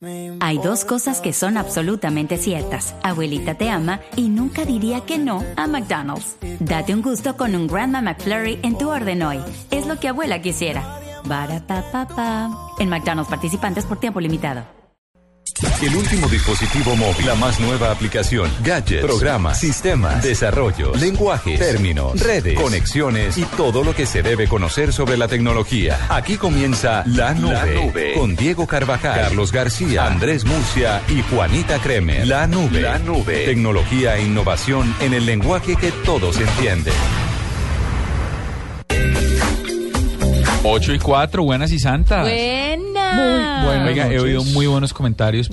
Hay dos cosas que son absolutamente ciertas. Abuelita te ama y nunca diría que no a McDonald's. Date un gusto con un Grandma McFlurry en tu orden hoy. Es lo que abuela quisiera. Barapapapa. En McDonald's, participantes por tiempo limitado. El último dispositivo móvil, la más nueva aplicación, gadgets, programas, sistemas, desarrollos, lenguajes, términos, redes, conexiones y todo lo que se debe conocer sobre la tecnología. Aquí comienza La Nube, con Diego Carvajal, Carlos García, Andrés Murcia y Juanita Kremer. La Nube, tecnología e innovación en el lenguaje que todos entienden. 8:04, buenas y santas. Buenas. Bueno, oiga, he oído muy buenos comentarios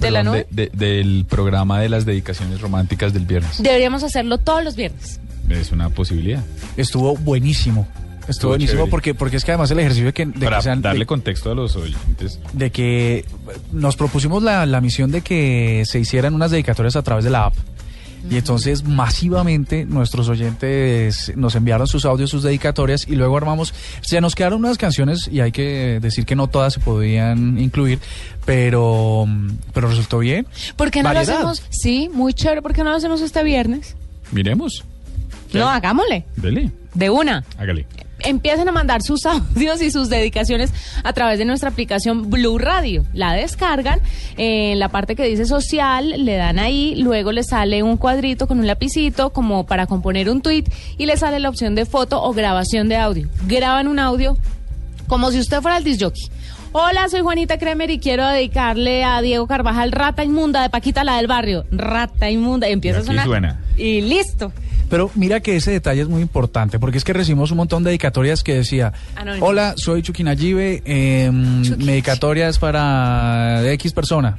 del programa de las dedicaciones románticas del viernes. Deberíamos hacerlo todos los viernes. Es una posibilidad. Estuvo buenísimo. Estuvo buenísimo porque es que además el ejercicio de que para darle contexto a los oyentes, de que nos propusimos la misión de que se hicieran unas dedicatorias a través de la app. Y entonces masivamente nuestros oyentes nos enviaron sus audios, sus dedicatorias y luego armamos, se nos quedaron unas canciones y hay que decir que no todas se podían incluir, pero resultó bien. ¿Por qué no lo hacemos? Sí, muy chévere, ¿por qué no lo hacemos este viernes? Miremos. No, hagámosle. Dele. De una. Hágale. Empiecen a mandar sus audios y sus dedicaciones a través de nuestra aplicación Blue Radio. La descargan, en la parte que dice social, le dan ahí, luego le sale un cuadrito con un lapicito como para componer un tweet y le sale la opción de foto o grabación de audio. Graban un audio como si usted fuera el disc jockey. Hola, soy Juanita Kremer y quiero dedicarle a Diego Carvajal Rata Inmunda de Paquita, la del barrio. Rata Inmunda. Y empieza a sonar. Suena. Y listo. Pero mira que ese detalle es muy importante, porque es que recibimos un montón de dedicatorias que decía, hola, soy Chucky Nayibe, mi dedicatoria es para X persona.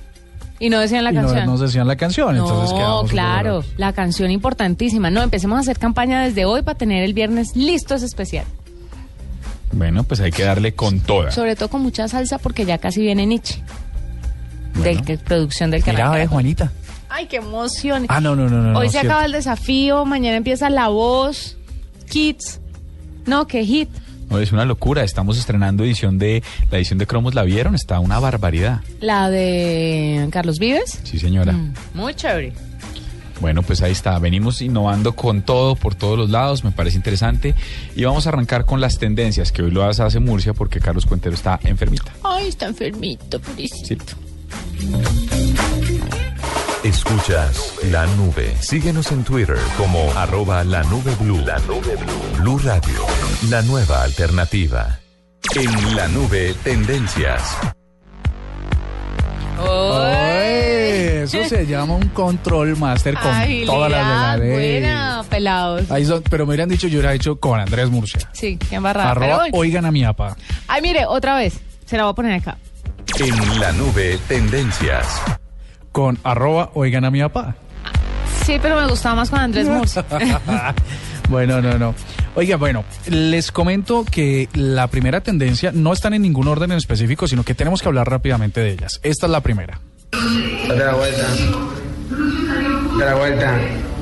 Y no decían la canción. No decían la canción, entonces quedamos. Claro, la canción importantísima. No, empecemos a hacer campaña desde hoy para tener el viernes listo ese especial. Bueno, pues hay que darle con toda. Sobre todo con mucha salsa porque ya casi viene Nietzsche. Bueno. De producción del canal. Mira, Juanita. Ay, qué emoción. No. Hoy se acaba el desafío, mañana empieza La Voz, Kids. No, qué hit. No, es una locura, estamos estrenando la edición de Cromos, ¿la vieron? Está una barbaridad. ¿La de Carlos Vives? Sí, señora. Muy chévere. Bueno, pues ahí está, venimos innovando con todo, por todos los lados, me parece interesante. Y vamos a arrancar con las tendencias, que hoy lo hace Murcia porque Carlos Cuentero está enfermita. Ay, está enfermito, pobrecito. Sí. Escuchas La Nube. Síguenos en Twitter como @lanubeblu. La Nube Blue. Blue Radio, la nueva alternativa. En La Nube, tendencias. Eso se llama un control master con todas las de la ley. Buena, pelados. Pero me hubieran dicho, yo hubiera hecho con Andrés Murcia. Sí, qué embarrada. Oigan a mi apa. Ay, mire, otra vez. Se la voy a poner acá. En La Nube, tendencias. Con @oigan a mi papá. Sí, pero me gustaba más con Andrés Murcia. Bueno, no. Oiga, les comento que la primera tendencia no están en ningún orden en específico, sino que tenemos que hablar rápidamente de ellas. Esta es la primera. Date la vuelta. Date la vuelta.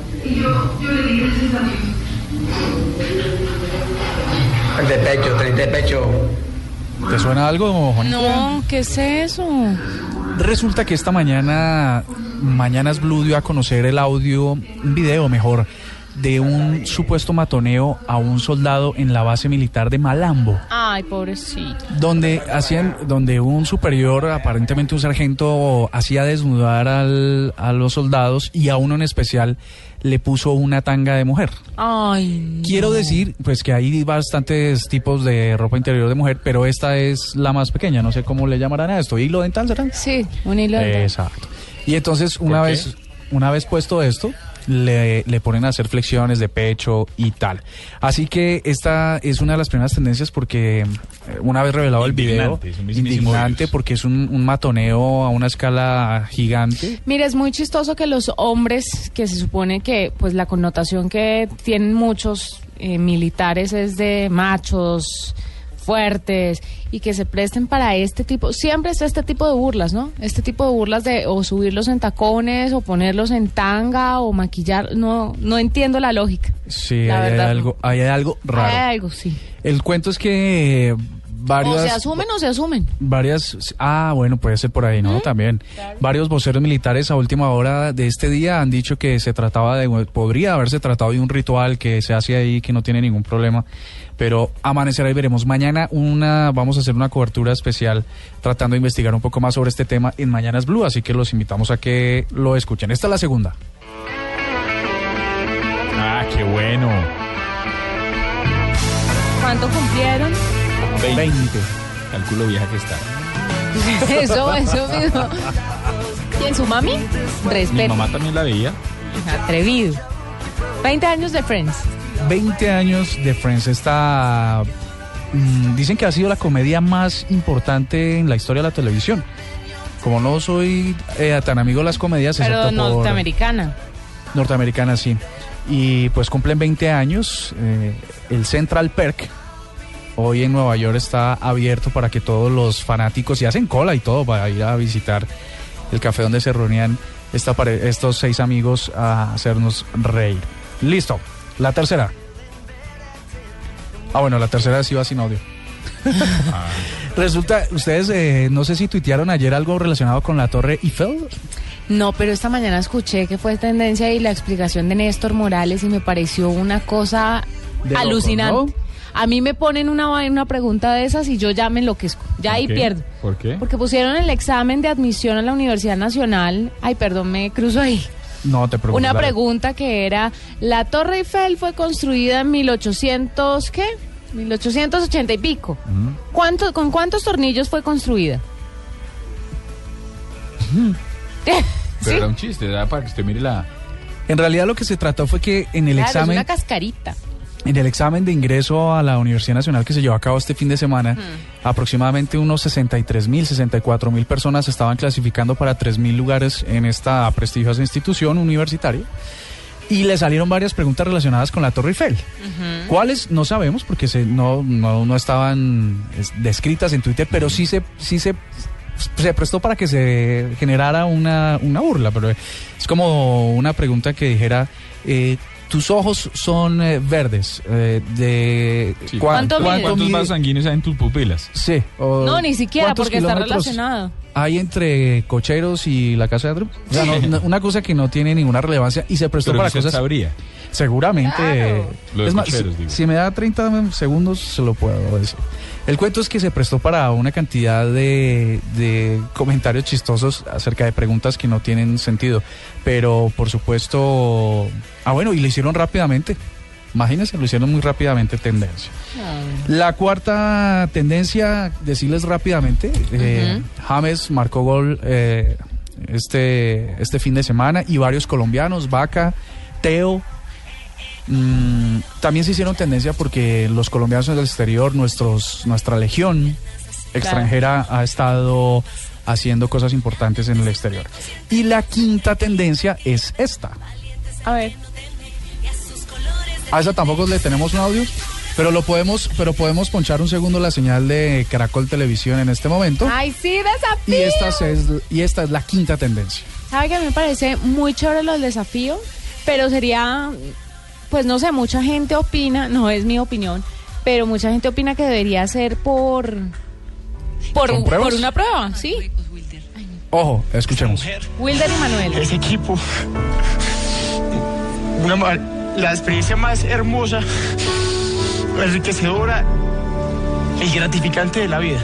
Treinta de pecho. ¿Te suena algo, Juanita? No, ¿qué es eso? Resulta que esta Mañanas Blue dio a conocer un video mejor, de un supuesto matoneo a un soldado en la base militar de Malambo. Ay, pobrecito. Donde un superior, aparentemente un sargento, hacía desnudar a los soldados y a uno en especial le puso una tanga de mujer. Ay, no. Quiero decir, pues que hay bastantes tipos de ropa interior de mujer, pero esta es la más pequeña, no sé cómo le llamarán a esto. ¿Hilo dental será? Sí, un hilo dental. Exacto. Y entonces una vez puesto esto, le ponen a hacer flexiones de pecho y tal. Así que esta es una de las primeras tendencias porque una vez revelado el video, indignante porque es un matoneo a una escala gigante. Mire, es muy chistoso que los hombres, que se supone que pues la connotación que tienen muchos militares es de machos fuertes y que se presten para este tipo, siempre está este tipo de burlas, ¿no? Este tipo de burlas de o subirlos en tacones o ponerlos en tanga o maquillar, no entiendo la lógica. Sí, hay algo raro. Hay algo, sí. El cuento es que varias... O se asumen o se asumen. Bueno, puede ser por ahí, ¿no? También. Claro. Varios voceros militares a última hora de este día han dicho que podría haberse tratado de un ritual que se hace ahí, que no tiene ningún problema. Pero amanecerá y veremos. Mañana vamos a hacer una cobertura especial tratando de investigar un poco más sobre este tema en Mañanas Blue, así que los invitamos a que lo escuchen. Esta es la segunda. Ah, qué bueno. ¿Cuánto cumplieron? 20. Calculo vieja que está. Eso mismo. ¿Quién, su mami? Respeto. Mi mamá también la veía. Atrevido. 20 años de Friends. 20 años de Friends. Dicen que ha sido la comedia más importante en la historia de la televisión. Como no soy tan amigo de las comedias, pero norteamericana. Norteamericana, sí. Y pues cumplen 20 años. El Central Perk hoy en Nueva York está abierto para que todos los fanáticos, y hacen cola y todo para ir a visitar el café donde se reunían estos 6 amigos a hacernos reír. Listo, la tercera. Bueno, la tercera sí va sin audio. Resulta, ustedes no sé si tuitearon ayer algo relacionado con la Torre Eiffel. No, pero esta mañana escuché que fue tendencia y la explicación de Néstor Morales y me pareció una cosa alucinante. Loco, ¿no? A mí me ponen una pregunta de esas y yo ya me enloquezco, ya ahí pierdo. ¿Por qué? Porque pusieron el examen de admisión a la Universidad Nacional. Ay, perdón, me cruzo ahí. No te preocupes. Una pregunta que era, la Torre Eiffel fue construida en 1800, ¿qué? 1880 y pico. ¿Con cuántos tornillos fue construida? Pero ¿sí? Era un chiste, era para que usted mire la... En realidad lo que se trató fue que en el examen... es una cascarita. En el examen de ingreso a la Universidad Nacional que se llevó a cabo este fin de semana, aproximadamente unos 64,000 personas estaban clasificando para 3,000 lugares en esta prestigiosa institución universitaria. Y le salieron varias preguntas relacionadas con la Torre Eiffel. ¿Cuáles? No sabemos porque no estaban descritas en Twitter, pero sí se prestó para que se generara una burla. Pero es como una pregunta que dijera... tus ojos son verdes. Sí. ¿Cuántos vasos sanguíneos hay en tus pupilas? Sí. No, ni siquiera, porque está relacionado. Hay entre Cocheros y la casa de Andrew. O sea, una cosa que no tiene ninguna relevancia y se prestó pero para cosas... sabría. Seguramente. Claro. Es más, si me da 30 segundos se lo puedo decir. El cuento es que se prestó para una cantidad de comentarios chistosos acerca de preguntas que no tienen sentido. Pero, por supuesto... y lo hicieron rápidamente. Imagínense, lo hicieron muy rápidamente tendencia. La cuarta tendencia, decirles rápidamente, James marcó gol este fin de semana y varios colombianos, Vaca, Teo. También se hicieron tendencia porque los colombianos en el exterior, nuestra legión extranjera ha estado haciendo cosas importantes en el exterior. Y la quinta tendencia es esta. A ver. A esa tampoco le tenemos un audio, pero podemos ponchar un segundo la señal de Caracol Televisión en este momento. ¡Ay, sí, desafío! Y esta es la quinta tendencia. ¿Sabe que a mí me parece muy chévere los desafíos? Pero sería, pues no sé, mucha gente opina, no es mi opinión, pero mucha gente opina que debería ser por una prueba, ¿sí? Ojo, escuchemos. Wilder y Manuel. Ese equipo, la experiencia más hermosa, enriquecedora y gratificante de la vida.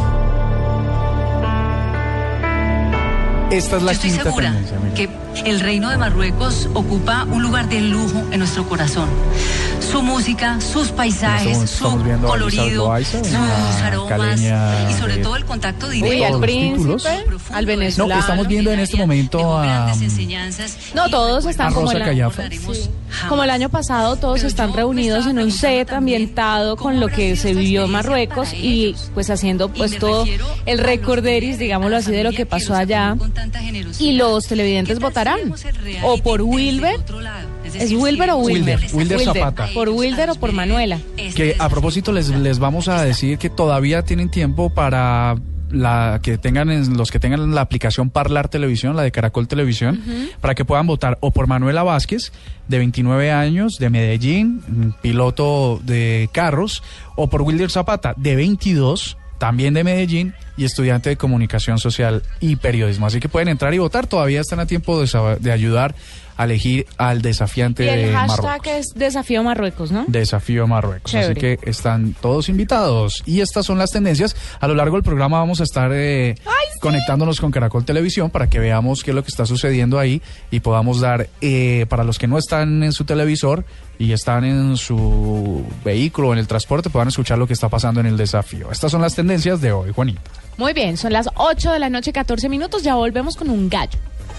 Esta es la Estoy quinta segura tendencia, que el Reino de Marruecos ocupa un lugar de lujo en nuestro corazón. Su música, sus paisajes, su colorido, sus aromas y sobre todo el contacto directo. Uy, al príncipe, al venezolano. No, estamos viendo en este momento a... No, todos están como el año pasado, todos están reunidos en un set ambientado con lo que se vivió en Marruecos y pues haciendo pues todo el recorderis, digámoslo así, de lo que pasó allá. Y los televidentes votarán o por Wilber. ¿Es Wilber o Wilmer? Wilder Zapata. ¿Por Wilder o por Manuela? Que a propósito les vamos a decir que todavía tienen tiempo para los que tengan la aplicación Parlar Televisión, la de Caracol Televisión, para que puedan votar o por Manuela Vázquez, de 29 años, de Medellín, piloto de carros, o por Wilder Zapata, de 22, también de Medellín, y estudiante de Comunicación Social y Periodismo. Así que pueden entrar y votar, todavía están a tiempo de ayudar a elegir al desafiante de Marruecos. Y el hashtag es Desafío Marruecos, ¿no? Desafío Marruecos. Chévere. Así que están todos invitados. Y estas son las tendencias. A lo largo del programa vamos a estar conectándonos con Caracol Televisión para que veamos qué es lo que está sucediendo ahí y podamos dar, para los que no están en su televisor y están en su vehículo o en el transporte, puedan escuchar lo que está pasando en el desafío. Estas son las tendencias de hoy, Juanita. Muy bien, son las 8 de la noche, 14 minutos. Ya volvemos con un gallo.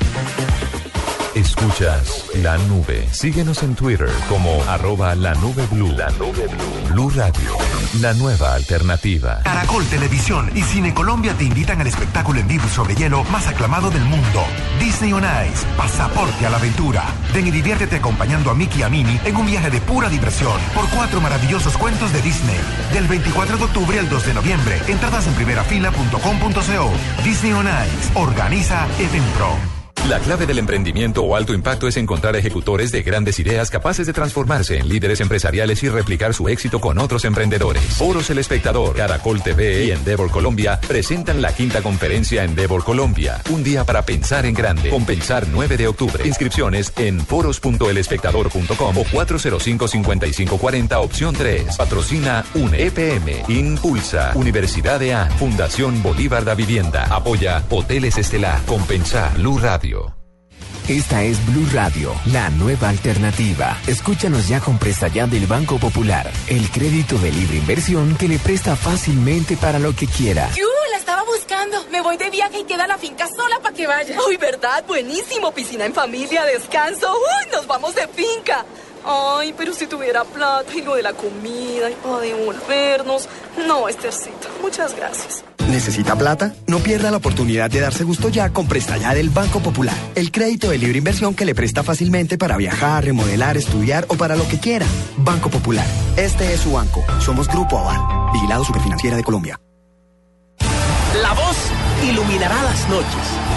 Escuchas La Nube. Síguenos en Twitter como @lanubeblu. La Nube Blue. Blue Radio, la nueva alternativa. Caracol Televisión y Cine Colombia te invitan al espectáculo en vivo sobre hielo más aclamado del mundo. Disney on Ice, pasaporte a la aventura. Ven y diviértete acompañando a Mickey y a Minnie en un viaje de pura diversión por 4 maravillosos cuentos de Disney. Del 24 de octubre al 2 de noviembre. Entradas en primerafila.com.co. Disney on Ice. Organiza Eventpro. La clave del emprendimiento o alto impacto es encontrar ejecutores de grandes ideas capaces de transformarse en líderes empresariales y replicar su éxito con otros emprendedores. Foros El Espectador, Caracol TV y Endeavor Colombia presentan la 5ª conferencia Endeavor Colombia. Un día para pensar en grande. Compensar 9 de octubre. Inscripciones en foros.elespectador.com o 405-5540 opción 3. Patrocina UNE, EPM, Impulsa, Universidad de AN, Fundación Bolívar da Vivienda. Apoya Hoteles Estelar. Compensar, Blue Radio. Esta es Blue Radio, la nueva alternativa. Escúchanos ya con Presta Ya del Banco Popular, el crédito de libre inversión que le presta fácilmente para lo que quiera. La estaba buscando. Me voy de viaje y queda la finca sola para que vaya. Uy, ¿verdad? Buenísimo. Piscina en familia, descanso. Uy, nos vamos de finca. Ay, pero si tuviera plata y lo de la comida y para devolvernos. No, Estercita, muchas gracias. ¿Necesita plata? No pierda la oportunidad de darse gusto ya con Presta Ya del Banco Popular. El crédito de libre inversión que le presta fácilmente para viajar, remodelar, estudiar o para lo que quiera. Banco Popular. Este es su banco. Somos Grupo Aval. Vigilado Superfinanciera de Colombia. La Voz iluminará las noches.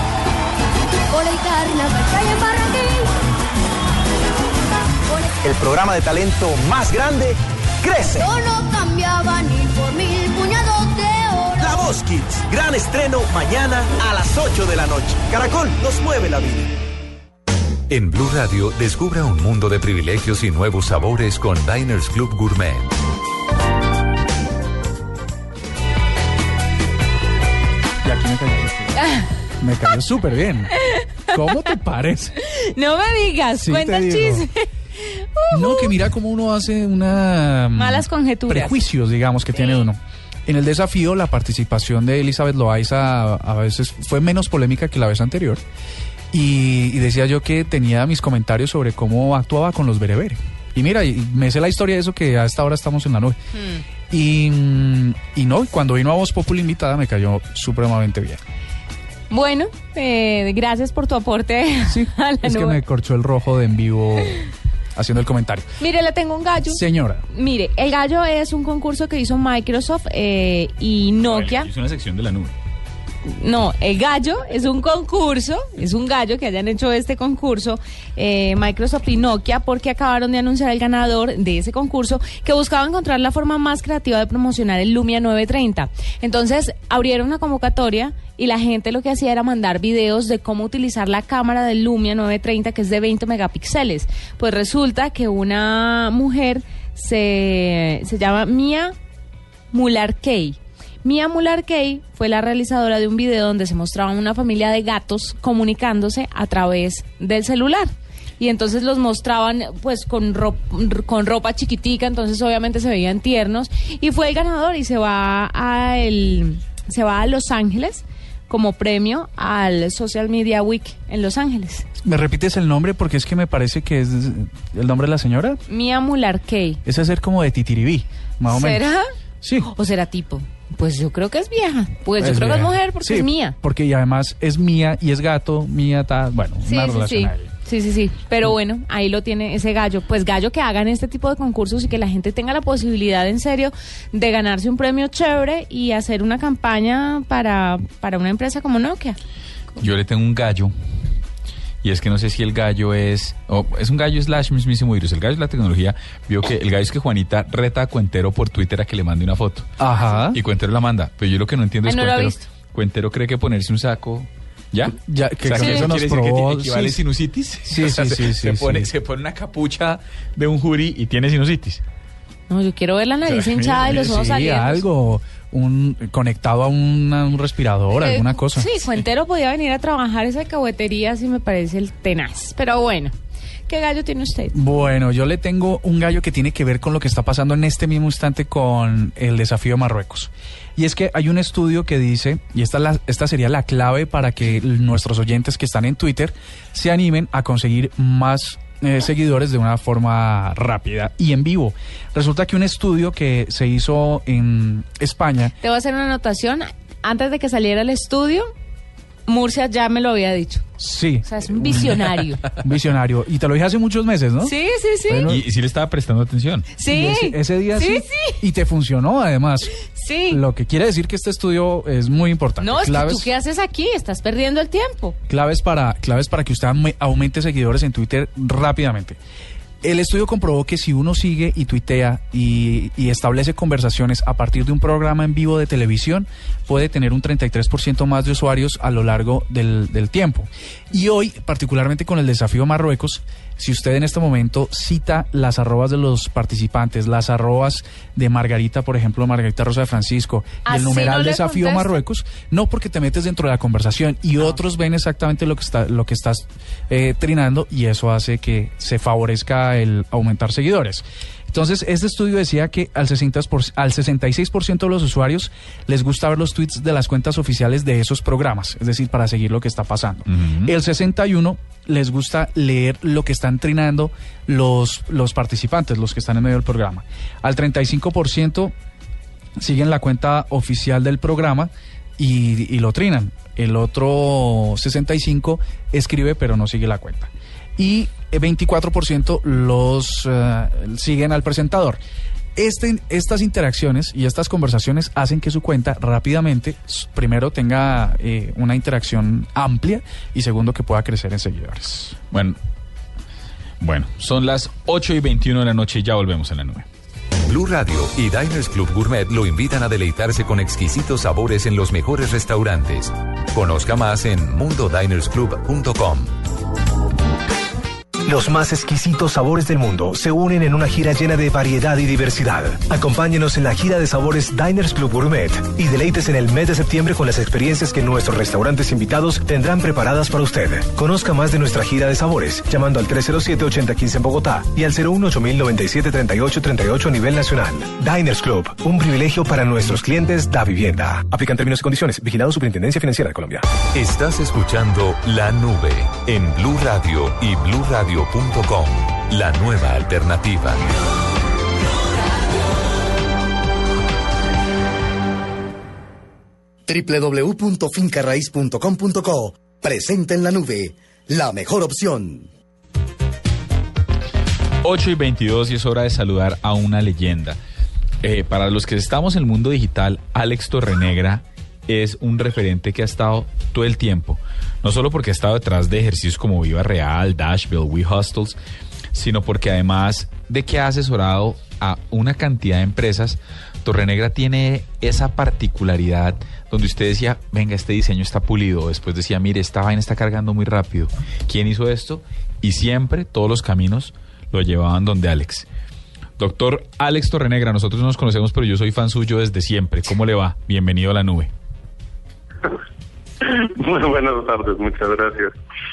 El programa de talento más grande crece. Yo no cambiaba ni por 1000 puñados de oro. La Voz Kids, gran estreno mañana a las 8 de la noche. Caracol nos mueve la vida. En Blue Radio, descubra un mundo de privilegios y nuevos sabores con Diners Club Gourmet. Y aquí me cayó súper bien. ¿Cómo te parece? No me digas, sí, cuenta el chisme. No, que mira cómo uno hace una... malas conjeturas. Prejuicios, digamos, que tiene uno. En el desafío, la participación de Elizabeth Loaiza a veces fue menos polémica que la vez anterior. Y decía yo que tenía mis comentarios sobre cómo actuaba con los berebere. Y mira, me sé la historia de eso, que a esta hora estamos en la nube. Y no, cuando vino a Voz Populi invitada me cayó supremamente bien. Bueno, gracias por tu aporte. Sí, a la nube. Que me corchó el rojo de en vivo haciendo el comentario. Mire, le tengo un gallo. Señora. Mire, el gallo es un concurso que hizo Microsoft y Nokia. Es una sección de la nube. No, el gallo es un concurso, es un gallo que hayan hecho este concurso Microsoft y Nokia, porque acabaron de anunciar el ganador de ese concurso, que buscaba encontrar la forma más creativa de promocionar el Lumia 930. Entonces abrieron una convocatoria y la gente lo que hacía era mandar videos de cómo utilizar la cámara del Lumia 930, que es de 20 megapíxeles. Pues resulta que una mujer se llama Mia Mularkey. Mia Mularkey fue la realizadora de un video donde se mostraba una familia de gatos comunicándose a través del celular. Y entonces los mostraban pues con ropa chiquitica, entonces obviamente se veían tiernos. Y fue el ganador y se va a Los Ángeles como premio al Social Media Week en Los Ángeles. ¿Me repites el nombre? Porque es que me parece que es el nombre de la señora. Mia Mularkey. Es hacer como de titiribí, más o menos. ¿Será? Sí. ¿O será tipo? Pues yo creo que es vieja. Pues yo creo que es mujer porque es Mía. Porque y además es Mía y es gato, Mía está, bueno, sí, una sí, relación ahí. Sí. Pero bueno, ahí lo tiene ese gallo. Pues gallo que hagan este tipo de concursos y que la gente tenga la posibilidad en serio de ganarse un premio chévere y hacer una campaña para una empresa como Nokia. Yo le tengo un gallo y es que no sé si el gallo es un gallo / mismísimo virus. El gallo es la tecnología, vio que el gallo es que Juanita reta a Cuentero por Twitter a que le mande una foto. Ajá. Y Cuentero la manda, pero yo lo que no entiendo es Cuentero cree que ponerse un saco... ¿Ya? Que o sea, eso nos probó, que equivale sinusitis. Sí, se pone una capucha de un jury y tiene sinusitis. No, yo quiero ver la nariz hinchada y los ojos abiertos. Algo, conectado a un respirador, alguna cosa. Sí, Cuentero podía venir a trabajar esa alcahuetería, así me parece el tenaz. Pero bueno, ¿qué gallo tiene usted? Bueno, yo le tengo un gallo que tiene que ver con lo que está pasando en este mismo instante con el desafío de Marruecos. Y es que hay un estudio que dice, y esta sería la clave para que nuestros oyentes que están en Twitter se animen a conseguir más seguidores de una forma rápida y en vivo. Resulta que un estudio que se hizo en España... Te voy a hacer una anotación. Antes de que saliera el estudio, Murcia ya me lo había dicho. Sí. O sea, es un visionario. Un visionario. Y te lo dije hace muchos meses, ¿no? Sí. Bueno, y sí le estaba prestando atención. Sí. Ese día sí. Y te funcionó, además. Sí. Lo que quiere decir que este estudio es muy importante. No, es que tú, ¿qué haces aquí? Estás perdiendo el tiempo. Claves para que usted aumente seguidores en Twitter rápidamente. El estudio comprobó que si uno sigue y tuitea y establece conversaciones a partir de un programa en vivo de televisión, puede tener un 33% más de usuarios a lo largo del tiempo. Y hoy, particularmente con el desafío Marruecos, si usted en este momento cita las arrobas de los participantes, las arrobas de Margarita, por ejemplo, Margarita Rosa de Francisco, y el numeral no desafío Marruecos, no, porque te metes dentro de la conversación y otros ven exactamente lo que estás trinando, y eso hace que se favorezca el aumentar seguidores. Entonces, este estudio decía que al 66% de los usuarios les gusta ver los tweets de las cuentas oficiales de esos programas, es decir, para seguir lo que está pasando. Uh-huh. El 61% les gusta leer lo que están trinando los participantes, los que están en medio del programa. Al 35% siguen la cuenta oficial del programa y lo trinan. El otro 65% escribe pero no sigue la cuenta. Y 24% los siguen al presentador. Estas interacciones y estas conversaciones hacen que su cuenta rápidamente, primero, tenga una interacción amplia y segundo, que pueda crecer en seguidores. Bueno, son las 8:21 de la noche y ya volvemos en la nube. Blue Radio y Diners Club Gourmet lo invitan a deleitarse con exquisitos sabores en los mejores restaurantes. Conozca más en mundodinersclub.com. Los más exquisitos sabores del mundo se unen en una gira llena de variedad y diversidad. Acompáñenos en la gira de sabores Diners Club Gourmet y deleites en el mes de septiembre con las experiencias que nuestros restaurantes invitados tendrán preparadas para usted. Conozca más de nuestra gira de sabores llamando al 307-8015 en Bogotá y al 018-097-3838 a nivel nacional. Diners Club, un privilegio para nuestros clientes da vivienda. Aplican términos y condiciones. Vigilado Superintendencia Financiera de Colombia. Estás escuchando La Nube en Blue Radio y BlueRadio.com, la nueva alternativa. www.fincarraiz.com.co presenta en La Nube, la mejor opción. 8:22 y es hora de saludar a una leyenda. Para los que estamos en el mundo digital, Alex Torrenegra es un referente que ha estado todo el tiempo, no solo porque ha estado detrás de ejercicios como Viva Real, Dashville, We Hostels, sino porque además de que ha asesorado a una cantidad de empresas, Torrenegra tiene esa particularidad donde usted decía, venga, este diseño está pulido, después decía, mire, esta vaina está cargando muy rápido, ¿quién hizo esto? Y siempre todos los caminos lo llevaban donde Alex. Doctor Alex Torrenegra, nosotros no nos conocemos, pero yo soy fan suyo desde siempre. ¿Cómo le va? Bienvenido a La Nube. Muy buenas tardes, muchas gracias.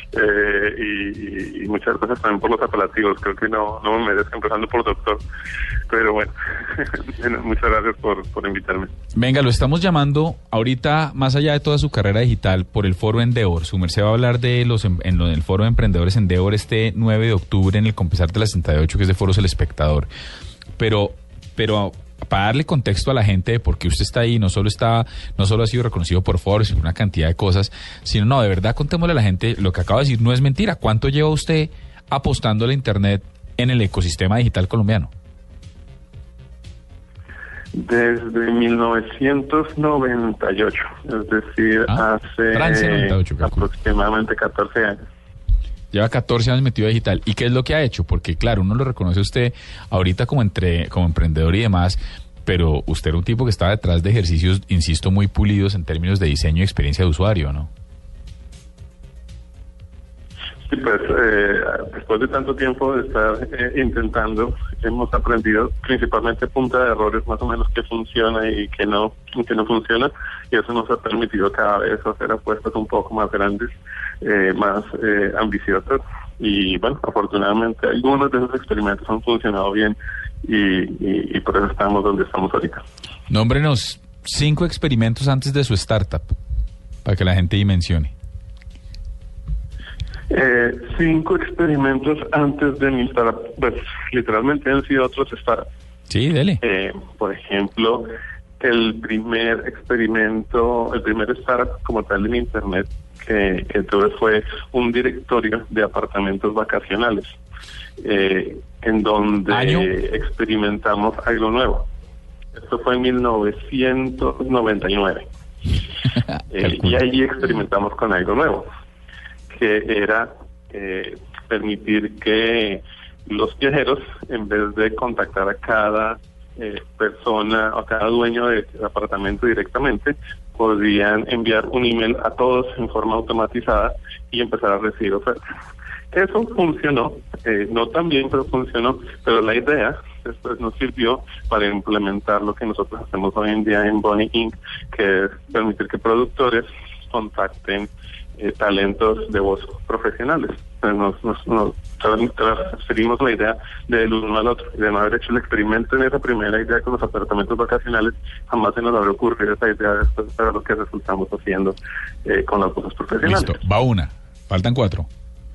Y muchas gracias también por los apelativos. Creo que no me merezco, empezando por doctor. Pero bueno, muchas gracias por invitarme. Venga, lo estamos llamando ahorita, más allá de toda su carrera digital, por el Foro Endeavor. Su merced va a hablar de en el Foro de Emprendedores Endeavor este 9 de octubre en el Compensar de la 68, que es de Foros El Espectador. Pero para darle contexto a la gente de por qué usted está ahí, no solo ha sido reconocido por Forbes y por una cantidad de cosas, sino de verdad contémosle a la gente, lo que acabo de decir no es mentira. ¿Cuánto lleva usted apostando a la Internet en el ecosistema digital colombiano? Desde 1998, es decir, hace Francia 98, aproximadamente 14 años. Lleva 14 años metido en digital. ¿Y qué es lo que ha hecho? Porque, claro, uno lo reconoce a usted ahorita como emprendedor y demás, pero usted era un tipo que estaba detrás de ejercicios, insisto, muy pulidos en términos de diseño y experiencia de usuario, ¿no? Sí, pues después de tanto tiempo de estar intentando, hemos aprendido principalmente punta de errores más o menos que funciona y que no funciona, y eso nos ha permitido cada vez hacer apuestas un poco más grandes, más ambiciosas, y bueno, afortunadamente algunos de esos experimentos han funcionado bien y por eso estamos donde estamos ahorita. Nómbrenos 5 experimentos antes de su startup, para que la gente dimensione. 5 experimentos antes de mi startup, pues literalmente han sido otros startups. Sí, dele. Por ejemplo, el primer startup como tal en internet que tuve fue un directorio de apartamentos vacacionales, en donde experimentamos algo nuevo. Esto fue en 1999. Y ahí experimentamos con algo nuevo, que era permitir que los viajeros, en vez de contactar a cada persona o a cada dueño de apartamento directamente, podían enviar un email a todos en forma automatizada y empezar a recibir ofertas. Eso funcionó, no tan bien, pero funcionó, pero la idea después nos sirvió para implementar lo que nosotros hacemos hoy en día en Bunny Inc., que es permitir que productores contacten talentos de voz profesionales. Nos transferimos la idea del uno al otro, y de no haber hecho el experimento en esa primera idea con los apartamentos vacacionales, jamás se nos habría ocurrido esa idea después para lo que resultamos haciendo con las voces profesionales. Listo, va una, faltan 4.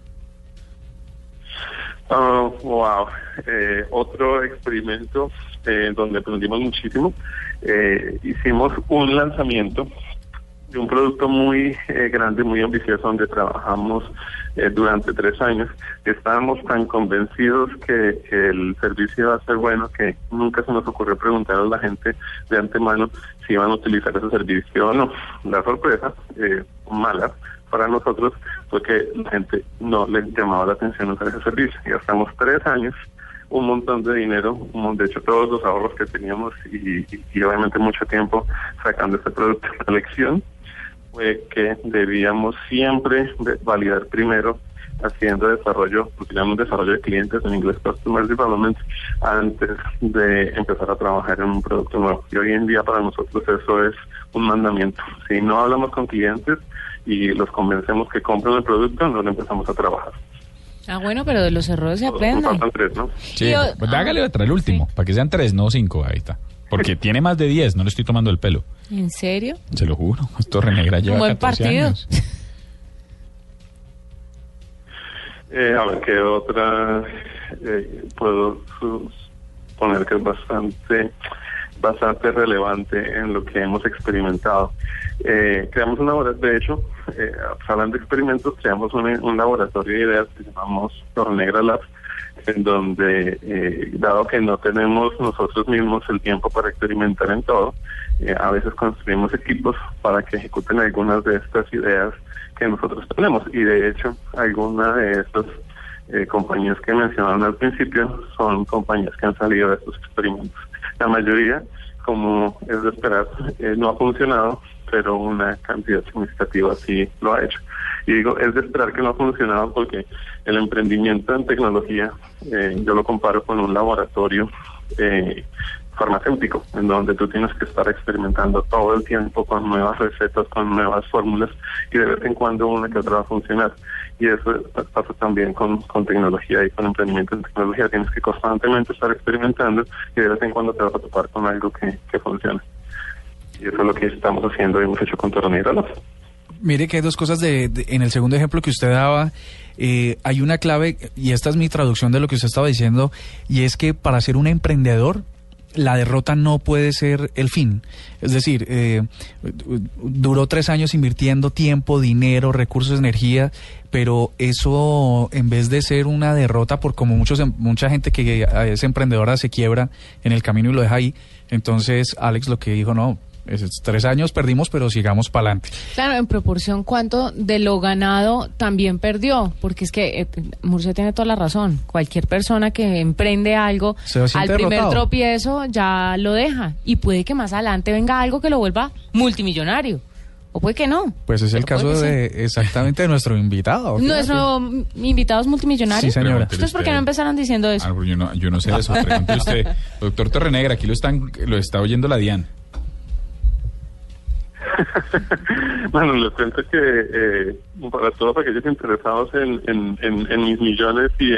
Wow. Otro experimento donde aprendimos muchísimo. Hicimos un lanzamiento de un producto muy grande, muy ambicioso, donde trabajamos durante 3 años. Estábamos tan convencidos que el servicio iba a ser bueno que nunca se nos ocurrió preguntar a la gente de antemano si iban a utilizar ese servicio o no. La sorpresa, mala para nosotros, fue que la gente no le llamaba la atención usar ese servicio. Ya estamos 3 años, un montón de dinero, de hecho todos los ahorros que teníamos y obviamente mucho tiempo sacando este producto. La lección fue que debíamos siempre validar primero haciendo desarrollo, porque llamamos desarrollo de clientes, en inglés Customer Development, antes de empezar a trabajar en un producto nuevo. Y hoy en día para nosotros eso es un mandamiento. Si no hablamos con clientes y los convencemos que compren el producto, no lo empezamos a trabajar. Ah, bueno, pero de los errores se aprende. Faltan 3, ¿no? Sí, pues hágale otra, el último, sí, para que sean 3, no 5, ahí está. Porque tiene más de 10, no le estoy tomando el pelo. ¿En serio? Se lo juro, Torrenegra lleva 14 años. A ver, ¿qué otra puedo suponer que es bastante relevante en lo que hemos experimentado? Creamos una hora, de hecho, hablando de experimentos, creamos un laboratorio de ideas que llamamos Torrenegra Labs, en donde, dado que no tenemos nosotros mismos el tiempo para experimentar en todo, a veces construimos equipos para que ejecuten algunas de estas ideas que nosotros tenemos. Y de hecho, algunas de estas compañías que mencionaron al principio son compañías que han salido de estos experimentos. La mayoría, como es de esperar, no ha funcionado, pero una cantidad significativa sí lo ha hecho. Y digo, es de esperar que no ha funcionado porque el emprendimiento en tecnología, yo lo comparo con un laboratorio farmacéutico, en donde tú tienes que estar experimentando todo el tiempo con nuevas recetas, con nuevas fórmulas, y de vez en cuando una que otra va a funcionar. Y eso pasa también con tecnología y con emprendimiento en tecnología. Tienes que constantemente estar experimentando y de vez en cuando te vas a topar con algo que funciona. Y eso es lo que estamos haciendo y hemos hecho con Torrenegra Labs. Mire que hay 2 cosas en el segundo ejemplo que usted daba. Hay una clave, y esta es mi traducción de lo que usted estaba diciendo, y es que para ser un emprendedor, la derrota no puede ser el fin. Es decir, duró 3 años invirtiendo tiempo, dinero, recursos, energía, pero eso, en vez de ser una derrota, por como mucha gente que es emprendedora se quiebra en el camino y lo deja ahí, entonces Alex lo que dijo, no, Esos 3 años perdimos, pero sigamos para adelante. Claro, en proporción, ¿cuánto de lo ganado también perdió? Porque es que Murcia tiene toda la razón. Cualquier persona que emprende algo, al primer derrotado. tropiezo ya lo deja. Y puede que más adelante venga algo que lo vuelva multimillonario. O puede que no. Pues es el caso exactamente de nuestro invitado. Nuestro invitado es multimillonario. Sí, señora. ¿Ustedes por qué no empezaron diciendo eso? Yo no sé eso. Pregúntele usted, doctor Torrenegra, aquí lo está oyendo la DIAN. Bueno, les cuento que para todos aquellos interesados en mis millones y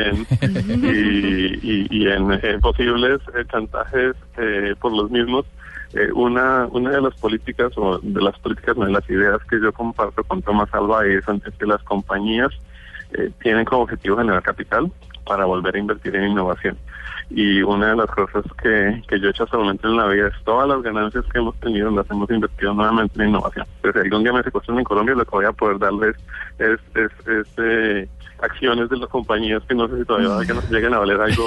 en posibles chantajes por los mismos, una de las políticas no de las ideas que yo comparto con Tomás Alba es que las compañías tienen como objetivo generar capital para volver a invertir en innovación. Y una de las cosas que yo he hecho hasta el momento en la vida es todas las ganancias que hemos tenido las hemos invertido nuevamente en innovación. Entonces, si algún día me secuestran en Colombia, lo que voy a poder darles es acciones de las compañías que no sé si todavía que nos lleguen a valer algo.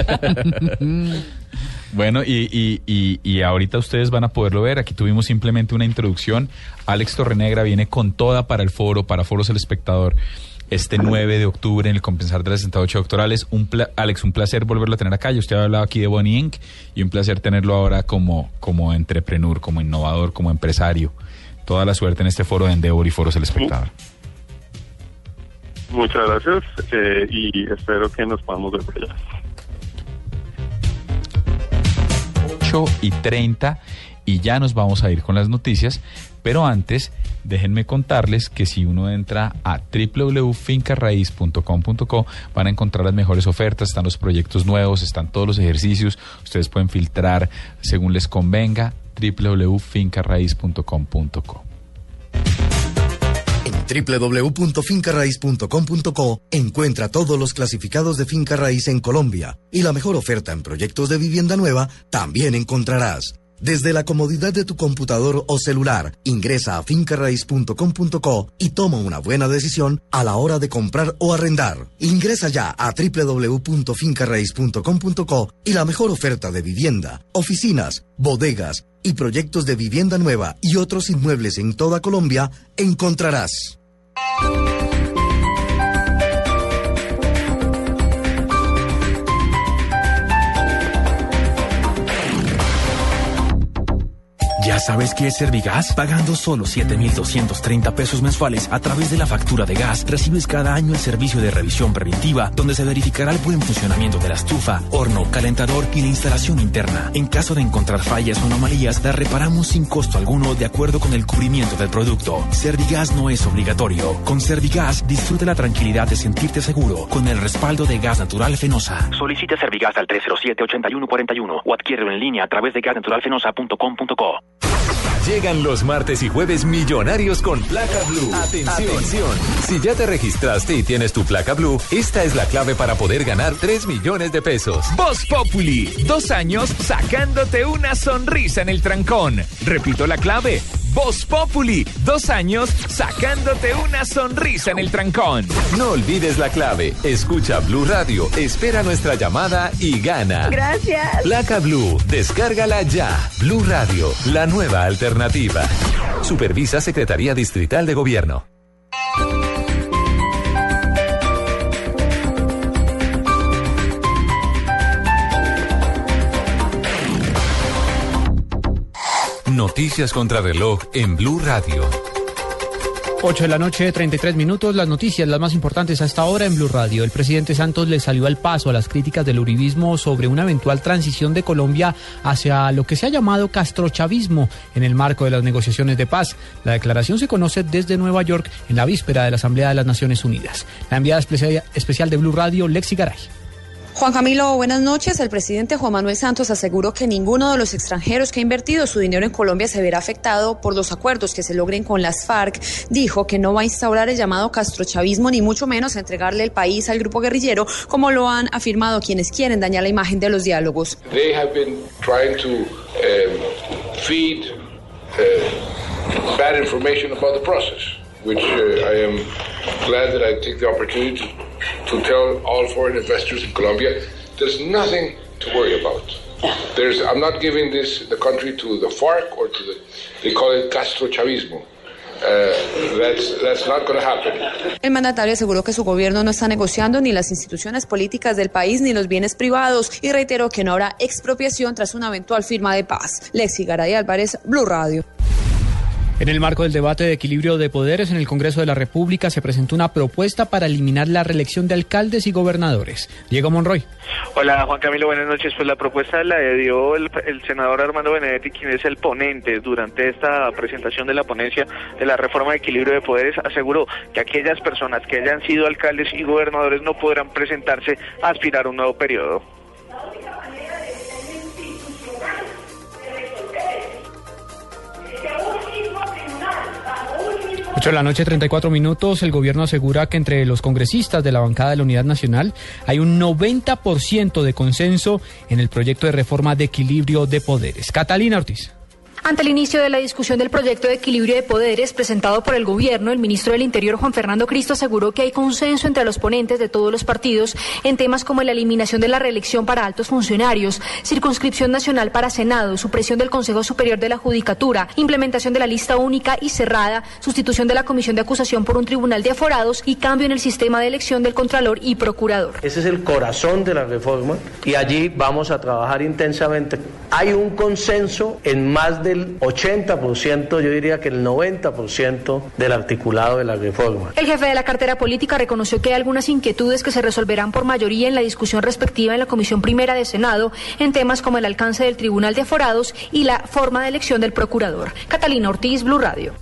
Bueno, y ahorita ustedes van a poderlo ver. Aquí tuvimos simplemente una introducción. Alex Torrenegra viene con toda para el foro, para Foros El Espectador, este 9 de octubre en el Compensar de las 68 doctorales. Alex, un placer volverlo a tener acá. Yo usted ha hablado aquí de Bonnie Inc. y un placer tenerlo ahora como entrepreneur, como innovador, como empresario. Toda la suerte en este foro de Endeavor y Foros El Espectador. Muchas gracias y espero que nos podamos ver por allá. 8:30 y ya nos vamos a ir con las noticias, pero antes déjenme contarles que si uno entra a www.fincarraiz.com.co van a encontrar las mejores ofertas, están los proyectos nuevos, están todos los ejercicios, ustedes pueden filtrar según les convenga. www.fincarraiz.com.co. En www.fincarraiz.com.co encuentra todos los clasificados de Finca Raíz en Colombia y la mejor oferta en proyectos de vivienda nueva también encontrarás. Desde la comodidad de tu computador o celular, ingresa a fincarraiz.com.co y toma una buena decisión a la hora de comprar o arrendar. Ingresa ya a www.fincarraiz.com.co y la mejor oferta de vivienda, oficinas, bodegas y proyectos de vivienda nueva y otros inmuebles en toda Colombia encontrarás. ¿Ya sabes qué es Servigas? Pagando solo 7,230 pesos mensuales a través de la factura de gas, recibes cada año el servicio de revisión preventiva, donde se verificará el buen funcionamiento de la estufa, horno, calentador y la instalación interna. En caso de encontrar fallas o anomalías, las reparamos sin costo alguno de acuerdo con el cubrimiento del producto. Servigas no es obligatorio. Con Servigas, disfruta la tranquilidad de sentirte seguro con el respaldo de Gas Natural Fenosa. Solicita Servigas al 307-8141 o adquiérelo en línea a través de gasnaturalfenosa.com.co. Llegan los martes y jueves millonarios con placa Blue. Atención. Si ya te registraste y tienes tu placa Blue, esta es la clave para poder ganar 3 millones de pesos. Voz Populi, 2 años sacándote una sonrisa en el trancón. Repito la clave. Voz Populi, 2 años sacándote una sonrisa en el trancón. No olvides la clave. Escucha Blue Radio, espera nuestra llamada y gana. Gracias. Placa Blue, descárgala ya. Blue Radio, la nueva alternativa. Supervisa Secretaría Distrital de Gobierno. Noticias contra reloj en Blue Radio. 8 de la noche, 33 minutos. Las noticias, las más importantes a esta hora en Blue Radio. El presidente Santos le salió al paso a las críticas del uribismo sobre una eventual transición de Colombia hacia lo que se ha llamado castrochavismo en el marco de las negociaciones de paz. La declaración se conoce desde Nueva York en la víspera de la Asamblea de las Naciones Unidas. La enviada especial de Blue Radio, Lexi Garay. Juan Camilo, buenas noches. El presidente Juan Manuel Santos aseguró que ninguno de los extranjeros que ha invertido su dinero en Colombia se verá afectado por los acuerdos que se logren con las FARC. Dijo que no va a instaurar el llamado castrochavismo, ni mucho menos entregarle el país al grupo guerrillero, como lo han afirmado quienes quieren dañar la imagen de los diálogos. They have been trying to feed bad information about the process, which I am glad that I take the opportunity to tell all foreign investors in Colombia there's nothing to worry about. I'm not giving the country to the FARC or they call it Castro-Chavismo. That's not going to happen. El mandatario aseguró que su gobierno no está negociando ni las instituciones políticas del país ni los bienes privados y reiteró que no habrá expropiación tras una eventual firma de paz. Lexi Garay Álvarez, Blue Radio. En el marco del debate de equilibrio de poderes en el Congreso de la República se presentó una propuesta para eliminar la reelección de alcaldes y gobernadores. Diego Monroy. Hola Juan Camilo, buenas noches. Pues la propuesta la dio el senador Armando Benedetti, quien es el ponente. Durante esta presentación de la ponencia de la reforma de equilibrio de poderes, aseguró que aquellas personas que hayan sido alcaldes y gobernadores no podrán presentarse a aspirar a un nuevo periodo. 8:34 p.m. El gobierno asegura que entre los congresistas de la bancada de la Unidad Nacional hay un 90% de consenso en el proyecto de reforma de equilibrio de poderes. Catalina Ortiz. Ante el inicio de la discusión del proyecto de equilibrio de poderes presentado por el gobierno, el ministro del Interior, Juan Fernando Cristo, aseguró que hay consenso entre los ponentes de todos los partidos en temas como la eliminación de la reelección para altos funcionarios, circunscripción nacional para Senado, supresión del Consejo Superior de la Judicatura, implementación de la lista única y cerrada, sustitución de la comisión de acusación por un tribunal de aforados y cambio en el sistema de elección del Contralor y Procurador. Ese es el corazón de la reforma y allí vamos a trabajar intensamente. Hay un consenso en más del 80%, yo diría que el 90% del articulado de la reforma. El jefe de la cartera política reconoció que hay algunas inquietudes que se resolverán por mayoría en la discusión respectiva en la Comisión Primera de Senado en temas como el alcance del Tribunal de Aforados y la forma de elección del Procurador. Catalina Ortiz, Blue Radio.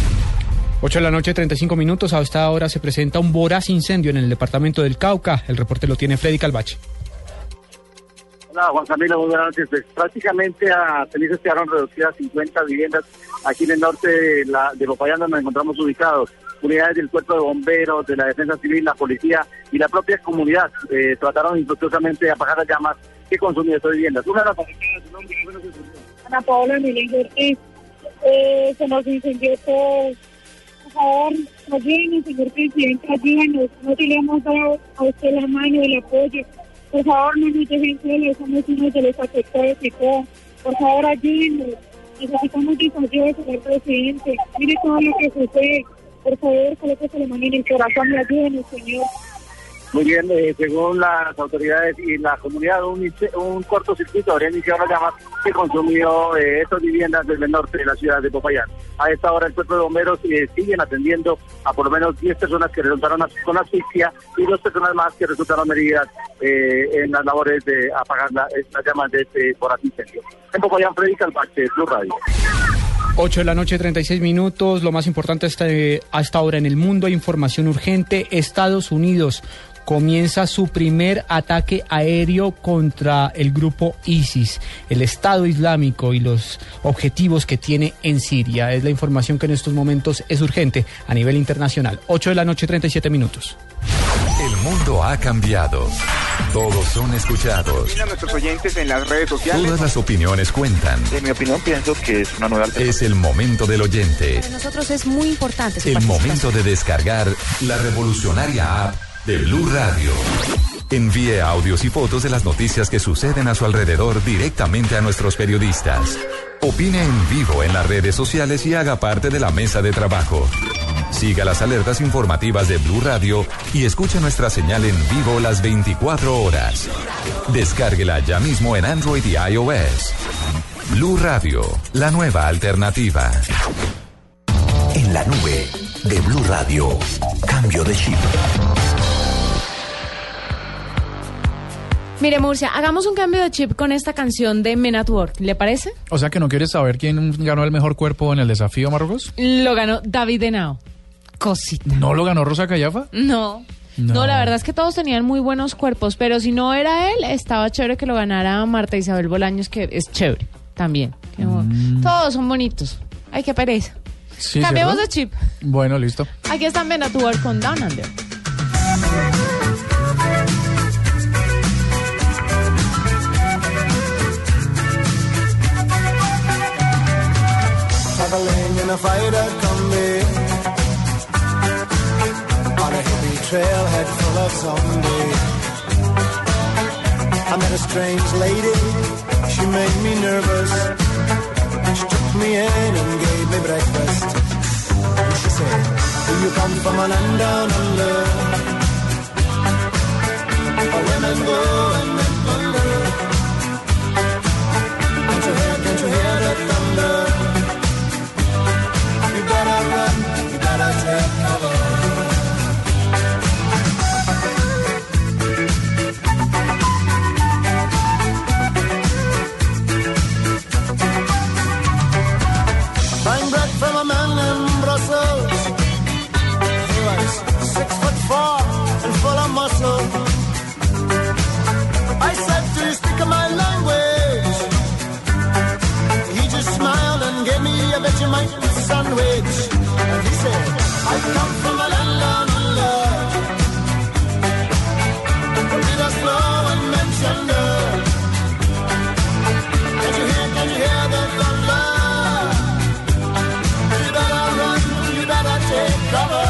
8:35 p.m. A esta hora se presenta un voraz incendio en el departamento del Cauca. El reporte lo tiene Freddy Calvache. Hola Juan Camilo, muy buenas noches. Pues, prácticamente a cenizas quedaron reducidas 50 viviendas aquí en el norte de Popayán, donde nos encontramos ubicados. Unidades del Cuerpo de Bomberos, de la Defensa Civil, la Policía y la propia comunidad trataron infructuosamente de apagar las llamas que consumían estas viviendas. Una de las afectadas, su nombre, Ana Paola Milén Ortiz. Se nos incendió todo. Por favor, ayúdenos, señor presidente, ayúdenos. No le hemos dado a usted la mano, el apoyo. Por favor, no nos dejen solos, somos uno de los afectados y todo. Por favor, ayúdenos. Necesitamos de su ayuda, señor presidente. Mire todo lo que sucede. Por favor, colóquese la mano en el corazón y ayúdenos, señor. Muy bien, según las autoridades y la comunidad, un cortocircuito habría iniciado las llamas que consumió estas viviendas desde el norte de la ciudad de Popayán. A esta hora el Cuerpo de Bomberos siguen atendiendo a por lo menos 10 personas que resultaron con asfixia y 2 personas más que resultaron heridas en las labores de apagar las llamas de este voraz incendio. En Popayán, Freddy Calvache, Blue Radio. 8:36 p.m. Lo más importante hasta ahora en el mundo, información urgente. Estados Unidos comienza su primer ataque aéreo contra el grupo ISIS, el Estado Islámico, y los objetivos que tiene en Siria. Es la información que en estos momentos es urgente a nivel internacional. 8:37 p.m. El mundo ha cambiado. Todos son escuchados. A nuestros oyentes en las redes sociales. Todas las opiniones cuentan. En mi opinión, pienso que es una nueva alternativa. Es el momento del oyente. Para nosotros es muy importante su El participación. momento de descargar la revolucionaria app de Blue Radio. Envíe audios y fotos de las noticias que suceden a su alrededor directamente a nuestros periodistas. Opine en vivo en las redes sociales y haga parte de la mesa de trabajo. Siga las alertas informativas de Blue Radio y escuche nuestra señal en vivo las 24 horas. Descárguela ya mismo en Android y iOS. Blue Radio, la nueva alternativa. En la nube de Blue Radio, cambio de chip. Mire, Murcia, hagamos un cambio de chip con esta canción de Men at Work, ¿le parece? O sea que no quieres saber quién ganó el mejor cuerpo en el desafío, Marruecos. Lo ganó David Henao. Cosita. ¿No lo ganó Rosa Callafa? No, la verdad es que todos tenían muy buenos cuerpos, pero si no era él, estaba chévere que lo ganara Marta Isabel Bolaños, que es chévere también. Todos son bonitos. Ay, qué pereza. Sí, cambiemos ¿cierto? de chip. Bueno, listo. Aquí está Men at Work con Down Under. Traveling in a fighter combi on a hippie trailhead full of zombies. I met a strange lady, she made me nervous. She took me in and gave me breakfast. And she said, do you come from a land down under? Where women go and men wonder. Can't you hear the thunder? You better run, you better take cover. Buying bread from a man in Brussels. He was 6'4" and full of muscle. I said, do you speak my language? He just smiled and gave me a Vegemite sandwich. And he said, I come from a land down under. The rivers flow and men thunder. Can you hear the thunder? You better take cover.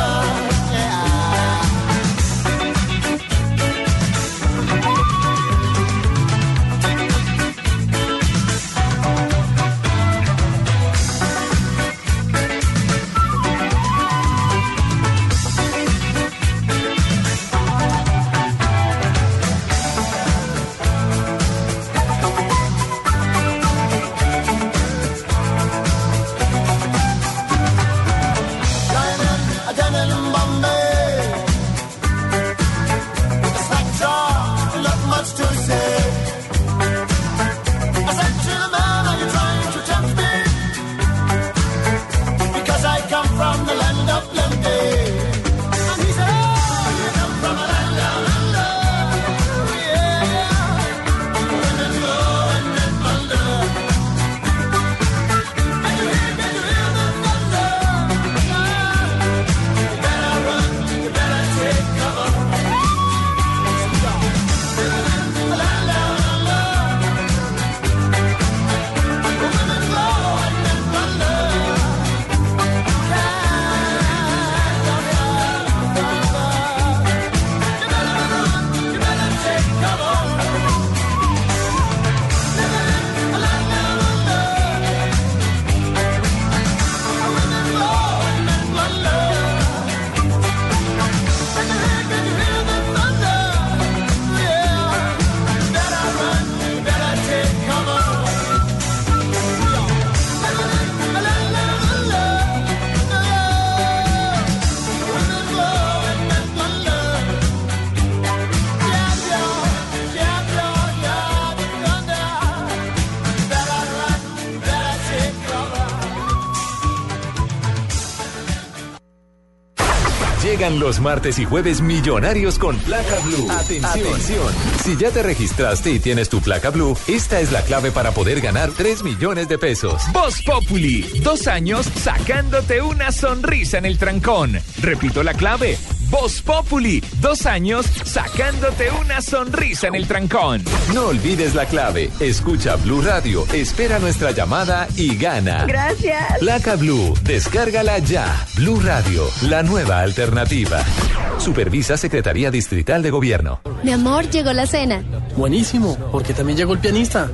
Llegan los martes y jueves millonarios con placa Blue. Atención. Si ya te registraste y tienes tu placa Blue, esta es la clave para poder ganar 3 millones de pesos. Voz Populi, 2 años sacándote una sonrisa en el trancón. Repito la clave. Voz Populi, 2 años sacándote una sonrisa en el trancón. No olvides la clave. Escucha Blue Radio, espera nuestra llamada y gana. Gracias. Placa Blue, descárgala ya. Blue Radio, la nueva alternativa. Supervisa Secretaría Distrital de Gobierno. Mi amor, llegó la cena. Buenísimo, porque también llegó el pianista.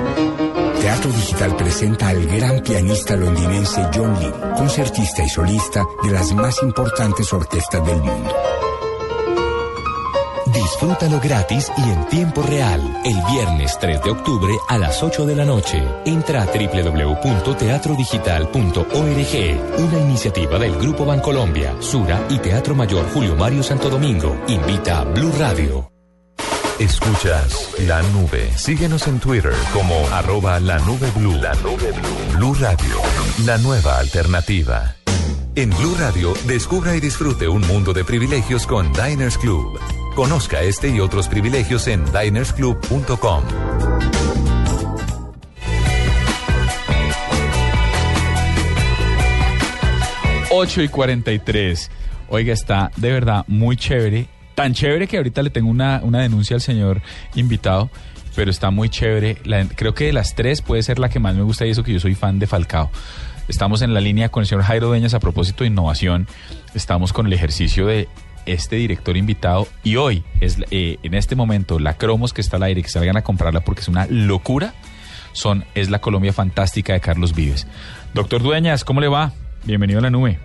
Teatro Digital presenta al gran pianista londinense John Lynn, concertista y solista de las más importantes orquestas del mundo. Disfrútalo gratis y en tiempo real, el viernes 3 de octubre a las 8 de la noche. Entra a www.teatrodigital.org, una iniciativa del Grupo Bancolombia, Sura y Teatro Mayor Julio Mario Santo Domingo. Invita a Blue Radio. Escuchas La Nube. Síguenos en Twitter como @lanubeblu. La Nube Blue. Blue Radio, la nueva alternativa. En Blue Radio, descubra y disfrute un mundo de privilegios con Diners Club. Conozca este y otros privilegios en dinersclub.com. Ocho y 43. Oiga, está de verdad muy chévere. Tan chévere que ahorita le tengo una denuncia al señor invitado, pero está muy chévere. Creo que de las 3 puede ser la que más me gusta, y eso que yo soy fan de Falcao. Estamos en la línea con el señor Jairo Dueñas a propósito de innovación. Estamos con el ejercicio de este director invitado, y hoy, en este momento, la Cromos que está al aire, que salgan a comprarla porque es una locura, es la Colombia Fantástica de Carlos Vives. Doctor Dueñas, ¿cómo le va? Bienvenido a La Nube.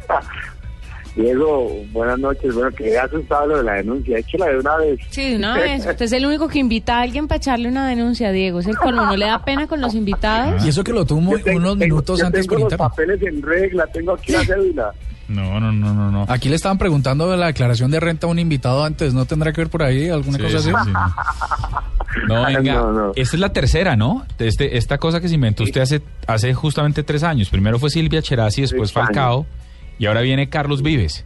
Diego, buenas noches. Bueno, que asustado lo de la denuncia. Échela de una vez. Sí, de una vez. Usted es el único que invita a alguien para echarle una denuncia, Diego. Es el colmo. ¿No le da pena con los invitados? Y eso que lo tuvo unos minutos antes por internet. Tengo los papeles en regla, tengo aquí la cédula. No. Aquí le estaban preguntando de la declaración de renta a un invitado antes. ¿No tendrá que ver por ahí alguna cosa así? Sí. No, venga, no. Esta es la tercera, ¿no? Esta cosa que se inventó usted hace justamente 3 años. Primero fue Silvia Cherasi, después Falcao, y ahora viene Carlos Vives.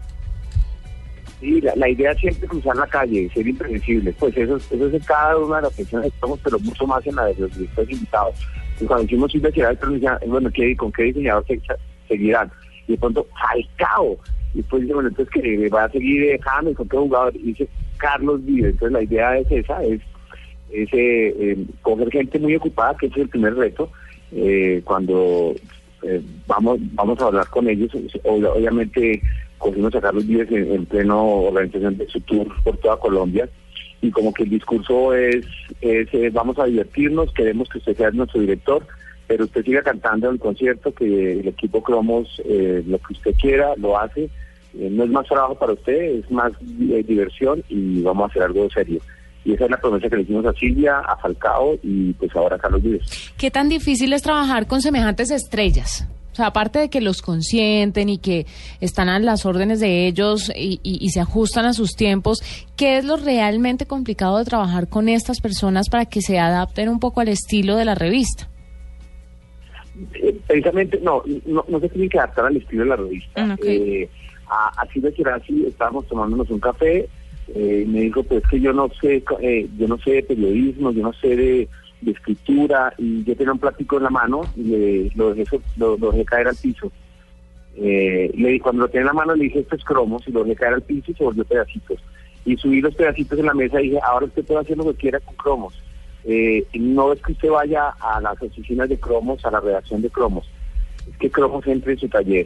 Sí, la idea es siempre cruzar la calle, ser impredecible. Pues eso es en cada una de las pensiones que estamos, pero mucho más en la de los directores invitados. Y cuando hicimos Silvia Cherasi, bueno, ¿con qué diseñador seguirán? Y de pronto, Falcao. Y después dice, bueno, entonces que va a seguir James, ¿con qué jugador? Y dice Carlos Vives. Entonces la idea es esa, es coger gente muy ocupada, que ese es el primer reto. Cuando vamos a hablar con ellos, obviamente cogimos a Carlos Vives en pleno organización de su tour por toda Colombia, y como que el discurso es vamos a divertirnos, queremos que usted sea nuestro director, pero usted siga cantando en el concierto, que el equipo Cromos, lo que usted quiera, lo hace. No es más trabajo para usted, es más diversión, y vamos a hacer algo serio. Y esa es la promesa que le hicimos a Silvia, a Falcao y pues ahora a Carlos Vives. ¿Qué tan difícil es trabajar con semejantes estrellas? O sea, aparte de que los consienten y que están a las órdenes de ellos y se ajustan a sus tiempos, ¿qué es lo realmente complicado de trabajar con estas personas para que se adapten un poco al estilo de la revista? Precisamente, no se tienen que adaptar al estilo de la revista. Okay. Así de Cherasi estábamos tomándonos un café, me dijo, pues que yo no sé de periodismo, yo no sé de escritura, y yo tenía un plástico en la mano y lo dejé caer al piso. Cuando lo tenía en la mano le dije, esto es Cromos, y lo dejé caer al piso y se volvió pedacitos. Y subí los pedacitos en la mesa y dije, ahora usted puede hacer lo que quiera con Cromos. No es que usted vaya a las oficinas de Cromos, a la redacción de Cromos, es que Cromos entre en su taller.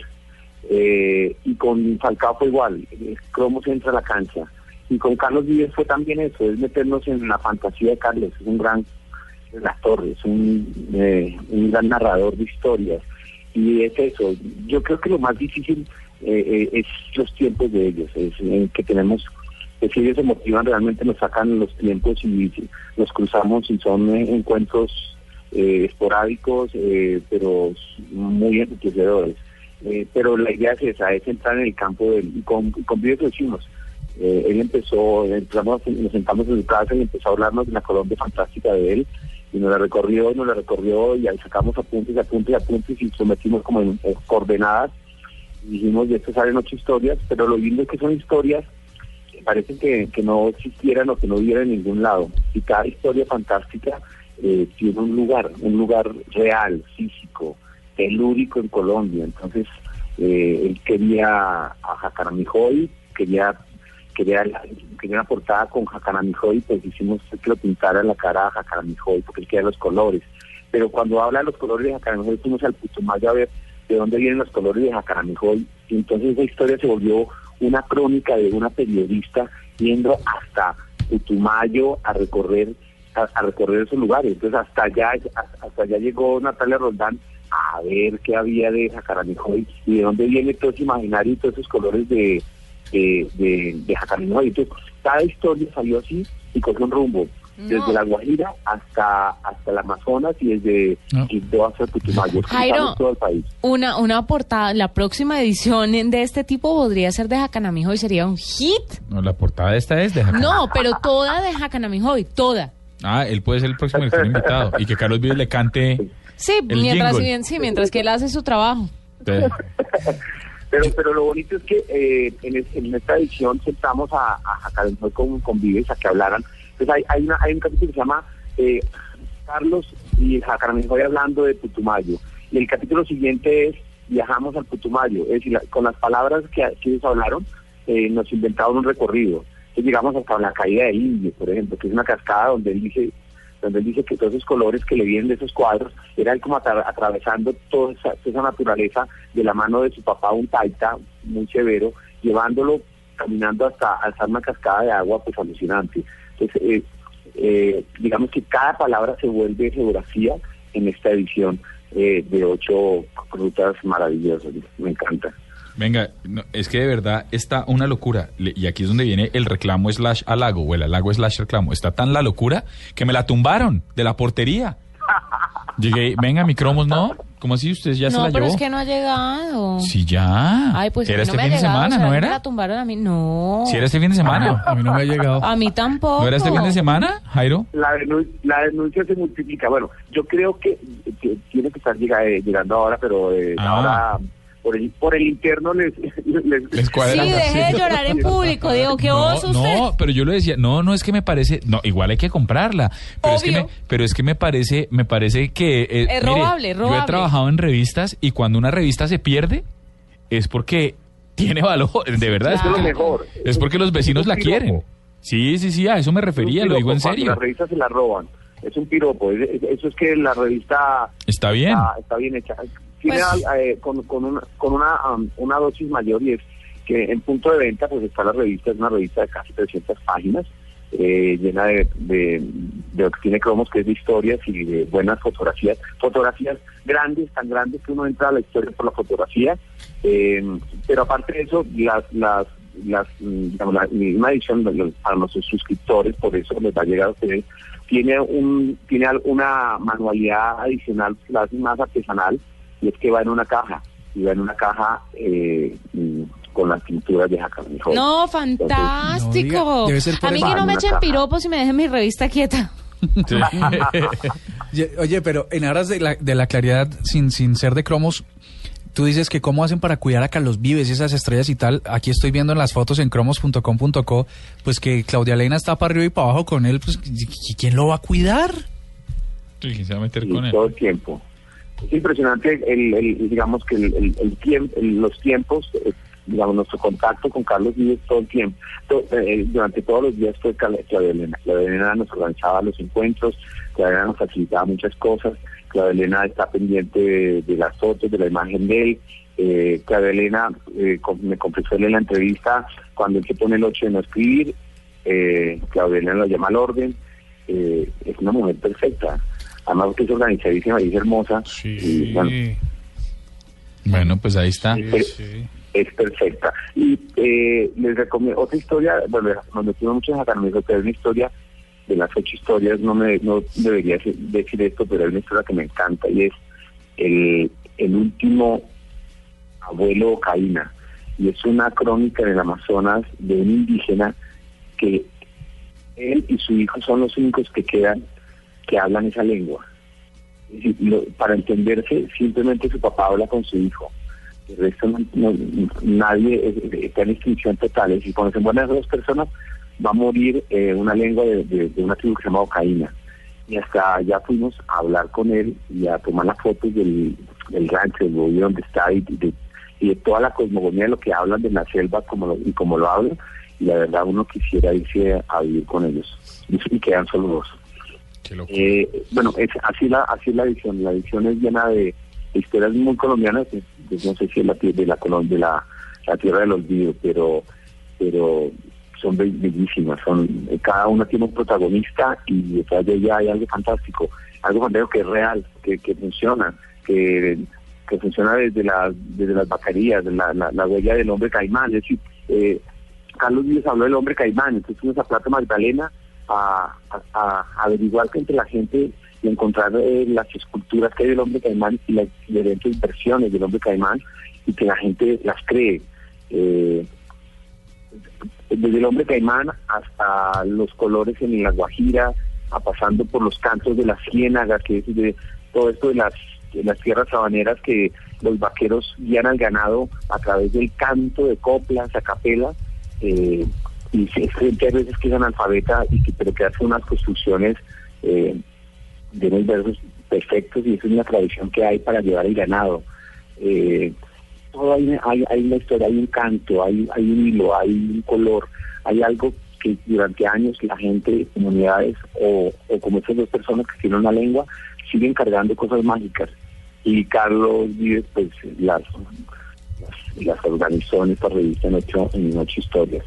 Y con Falcao fue igual, Cromos entra a la cancha. Y con Carlos Vives fue también eso, es meternos en la fantasía de Carlos, es un gran actor, es un gran narrador de historias, y es eso. Yo creo que lo más difícil es los tiempos de ellos, es que tenemos, si ellos se motivan realmente nos sacan los tiempos y nos cruzamos, y son encuentros esporádicos, pero muy enriquecedores. Pero la idea es esa, es entrar en el campo y con Vives lo hicimos. Él nos sentamos en su casa y empezó a hablarnos de la Colombia Fantástica de él, y nos la recorrió, y ahí sacamos apuntes, y sometimos como en coordenadas, y dijimos, de esto salen 8 historias, pero lo lindo es que son historias que parecen que no existieran o que no hubiera en ningún lado, y cada historia fantástica tiene un lugar real, físico, telúrico en Colombia. Entonces él quería a Jacaramijoy, quería una portada con Jacaramijoy, pues hicimos que lo pintara en la cara a Jacaramijoy, porque él quería los colores. Pero cuando habla de los colores de Jacaramijoy, fuimos al Putumayo a ver de dónde vienen los colores de Jacaramijoy, y entonces esa historia se volvió una crónica de una periodista yendo hasta Putumayo a recorrer esos lugares. Entonces hasta allá llegó Natalia Roldán a ver qué había de Jacaramijoy y de dónde viene todo ese imaginario y todos esos colores de Jacaramijoy. Entonces cada historia salió así y cogió un rumbo, desde La Guajira hasta el Amazonas, y desde Quito hasta Putumayo. Jairo, todo el país. Una portada, la próxima edición de este tipo podría ser de Jacaramijoy, sería un hit. No, la portada de esta es de Jacaramijoy. No, pero toda de Jacaramijoy, toda. Él puede ser el próximo director invitado y que Carlos Vives le cante. Sí, mientras que él hace su trabajo. Pero lo bonito es que en esta edición sentamos a Jacaramijoy con Vives a que hablaran. Entonces hay un capítulo que se llama Carlos y Jacaramijoy hablando de Putumayo, y el capítulo siguiente es Viajamos al Putumayo. Es decir, con las palabras que ellos hablaron, nos inventaron un recorrido. Entonces llegamos hasta la caída de Indio, por ejemplo, que es una cascada donde él dice que todos esos colores que le vienen de esos cuadros era él como atravesando toda esa naturaleza de la mano de su papá, un taita muy severo, llevándolo caminando hasta una cascada de agua, pues alucinante. Entonces, digamos que cada palabra se vuelve geografía en esta edición de 8 rutas maravillosas. Me encanta. Venga, no, es que de verdad está una locura. Y aquí es donde viene el reclamo / halago, o el halago / reclamo. Está tan la locura que me la tumbaron de la portería. Llegué, venga, mi cromos, ¿no? ¿Cómo así? ¿Usted ya se la llevó? No, pero es que no ha llegado. Sí, ya. Ay, pues era no este me fin de llegado, semana, o sea, ¿no era? Me la tumbaron a mí, no. ¿Sí era este fin de semana? A mí no me ha llegado. A mí tampoco. ¿No era este fin de semana, Jairo? La denuncia se multiplica. Bueno, yo creo que tiene que estar llegando ahora, pero ahora por el interno les cuadra. Sí, deje de llorar en público, Diego, qué oso usted. No, pero yo le decía, no es que me parece, no, igual hay que comprarla. Pero es que me parece que es robable. Yo he trabajado en revistas y cuando una revista se pierde es porque tiene valor, de verdad. Claro. Es lo mejor. Es porque los vecinos la quieren. Sí, a eso me refería, lo digo en serio. Las revistas se la roban. Es un piropo. Eso es que la revista está bien hecha. Tiene con una dosis mayor, y es que en punto de venta pues está la revista, es una revista de casi 300 páginas, llena de tiene cromos, que es de historias y de buenas fotografías grandes, tan grandes que uno entra a la historia por la fotografía, pero aparte de eso, la misma edición para nuestros suscriptores, por eso les va a llegar a ustedes, tiene una manualidad adicional, la hace más artesanal, y es que va en una caja, con las pinturas de Jacob Mijol. No, fantástico. A mí que no me echen piropos y me dejen mi revista quieta. Sí. Oye, pero en aras de la claridad, sin ser de cromos, tú dices que cómo hacen para cuidar a Carlos Vives y esas estrellas y tal. Aquí estoy viendo en las fotos en cromos.com.co, pues que Claudia Elena está para arriba y para abajo con él, pues ¿quién lo va a cuidar? Sí, se va a meter con él. Todo el tiempo. Es impresionante digamos que los tiempos, digamos, nuestro contacto con Carlos Vives todo el tiempo. Durante todos los días fue Claudia Elena. Claudia Elena nos organizaba los encuentros, Claudia Elena nos facilitaba muchas cosas, Claudia Elena está pendiente de las fotos, de la imagen de él. Claudia Elena me confesó en la entrevista, cuando él se pone el 8 de no escribir, Claudia Elena lo llama al orden. Es una mujer perfecta. Además que es organizadísima y es hermosa. Sí. Y, bueno, pues ahí está. Es perfecta. Y les recomiendo otra historia, bueno, nos metimos mucho en Jacaramillo, pero es una historia de las 8 historias, no debería decir esto, pero es una historia que me encanta, y es el último abuelo Caína. Y es una crónica en el Amazonas de un indígena que él y su hijo son los únicos que quedan que hablan esa lengua. Es decir, para entenderse, simplemente su papá habla con su hijo. El resto nadie está en extinción total. Es decir, cuando se mueren esas 2 personas, va a morir una lengua de una tribu que se llama Ocaína. Y hasta allá fuimos a hablar con él y a tomar las fotos del rancho, del bosque donde está, y de toda la cosmogonía de lo que hablan de la selva y como lo hablan. Y la verdad, uno quisiera irse a vivir con ellos. Y quedan solo 2. Bueno, así es la edición. La edición es llena de historias muy colombianas, no sé si es la tierra del olvido, pero son bellísimas. Cada una tiene un protagonista y detrás de ella hay algo fantástico que es real, que funciona, que funciona desde las vaquerías, la huella del hombre caimán. Es decir, Carlos Vives habló del hombre caimán, entonces fuimos a Plaza Magdalena a averiguar que entre la gente y encontrar las esculturas que hay del hombre caimán y las diferentes versiones del hombre caimán, y que la gente las cree, desde el hombre caimán hasta los colores en la Guajira, pasando por los cantos de la ciénaga, que es de todo esto de las tierras sabaneras, que los vaqueros guían al ganado a través del canto de coplas, a capela, y gente a veces que es analfabeta pero que hace unas construcciones de unos versos perfectos, y eso es una tradición que hay para llevar el ganado. Todo hay una historia, hay un canto, hay un hilo, hay un color, hay algo que durante años la gente, comunidades o como esas 2 personas que tienen una lengua, siguen cargando cosas mágicas. Y Carlos Vives pues las organizó en esta revista en ocho historias.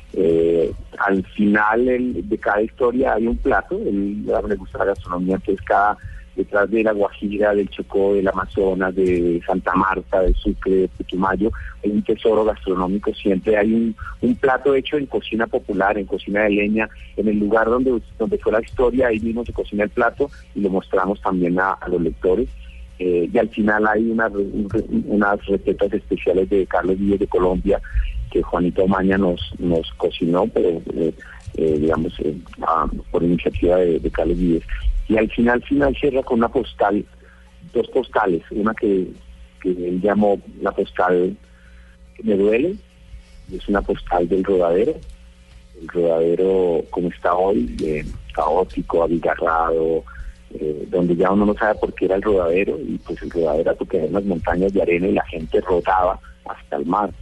Al final de cada historia hay un plato. Le gusta la gastronomía, entonces detrás de la Guajira, del Chocó, del Amazonas, de Santa Marta, de Sucre, de Putumayo, hay un tesoro gastronómico. Siempre hay un plato hecho en cocina popular, en cocina de leña, en el lugar donde fue la historia. Ahí mismo se cocina el plato y lo mostramos también a los lectores. Y al final hay unas recetas especiales de Carlos Vives de Colombia, que Juanito Omaña nos cocinó, pero digamos por iniciativa de Carlos Vives. Y al final cierra con una postal, dos postales, una que él llamó la postal que me duele, y es una postal del Rodadero. El Rodadero como está hoy, caótico, abigarrado, donde ya uno no sabe por qué era el Rodadero, y pues el Rodadero era porque había unas montañas de arena y la gente rodaba hasta el mar.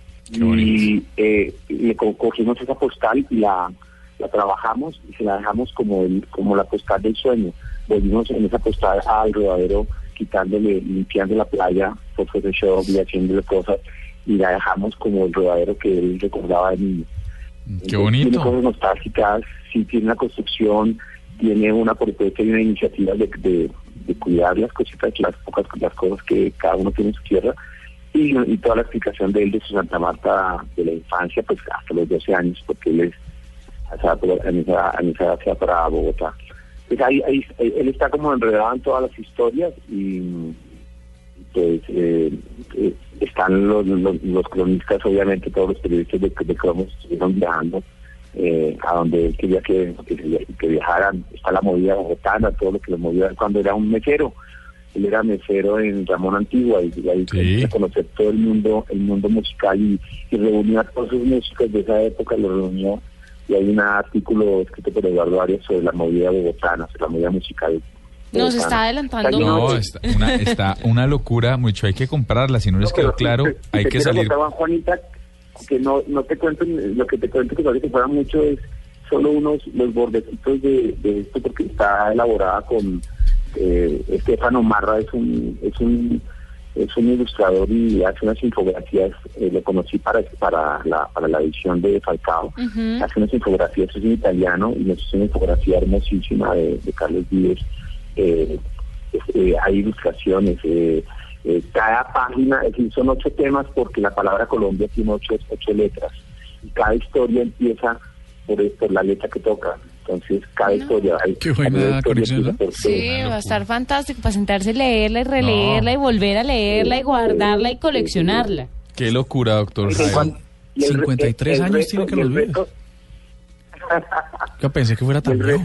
Y le cogimos esa postal y la trabajamos y se la dejamos como la postal del sueño. Volvimos en esa postal al Rodadero, limpiando la playa, por Photoshop y haciéndole cosas, y la dejamos como el Rodadero que él recordaba de niño. Qué bonito. Tiene cosas nostálgicas, sí, tiene una construcción, tiene una propuesta y una iniciativa de cuidar las cositas, las cosas que cada uno tiene en su tierra, y toda la explicación de él, de su Santa Marta, de la infancia, pues hasta los 12 años, porque él es en esa edad se va para Bogotá. Pues ahí él está como enredado en todas las historias, y pues están los cronistas, obviamente todos los periodistas de Cromos estuvieron viajando a donde él quería que viajaran. Está la movida bogotana, todo lo que lo movió cuando era un mesero. Él era mesero en Ramón Antigua, y ahí sí, a conocer todo el mundo musical, y reunió a todos sus músicos de esa época, lo reunió, y hay un artículo escrito por Eduardo Arias sobre la movida bogotana, sobre la movida musical. Nos está adelantando. No, está una locura, mucho, hay que comprarla, si no les quedó claro, hay que salir. Juanita, que no te cuento, lo que te cuento que parece que fuera mucho es solo los bordecitos de esto, porque está elaborada con Estefano Marra, es un ilustrador y hace unas infografías. Lo conocí para la edición de Falcao. Hace unas infografías, es en italiano, y nos hizo una infografía hermosísima de Carlos Vives. Hay ilustraciones, cada página, es decir, son 8 temas, porque la palabra Colombia tiene 8 letras, y cada historia empieza por la letra que toca. Entonces, cada historia... Qué buena conexión, ¿no? Sí, va a estar fantástico para sentarse, leerla y releerla y volver a leerla y guardarla y coleccionarla. Qué locura, doctor. 53 años tiene que los Vives. Yo pensé que fuera tan viejo.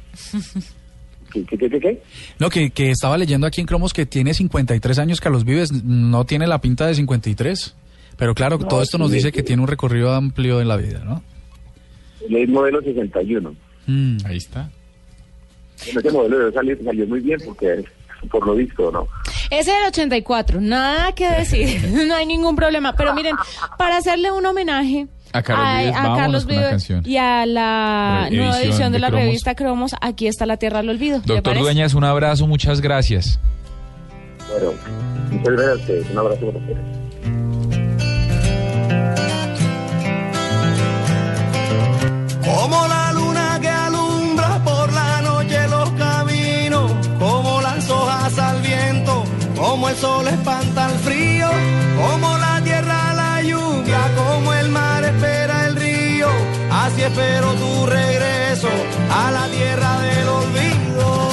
¿Qué? No, que estaba leyendo aquí en Cromos que tiene 53 años Carlos Vives, no tiene la pinta de 53. Pero claro, todo esto nos dice que tiene un recorrido amplio en la vida, ¿no? Él es modelo 61. Ahí está. Ese modelo salió muy bien, porque por lo visto, ¿no? Ese del 84, nada que decir, no hay ningún problema. Pero miren, para hacerle un homenaje a Carlos Vives y a la nueva edición de la revista Cromos, aquí está La Tierra al Olvido. Doctor Dueñas, un abrazo, muchas gracias. Bueno, muchas gracias a ustedes, un abrazo para ustedes. Como la luna que alumbra por la noche los caminos, como las hojas al viento, como el sol espanta el frío, como la tierra la lluvia, como el mar espera el río, así espero tu regreso a la tierra del olvido.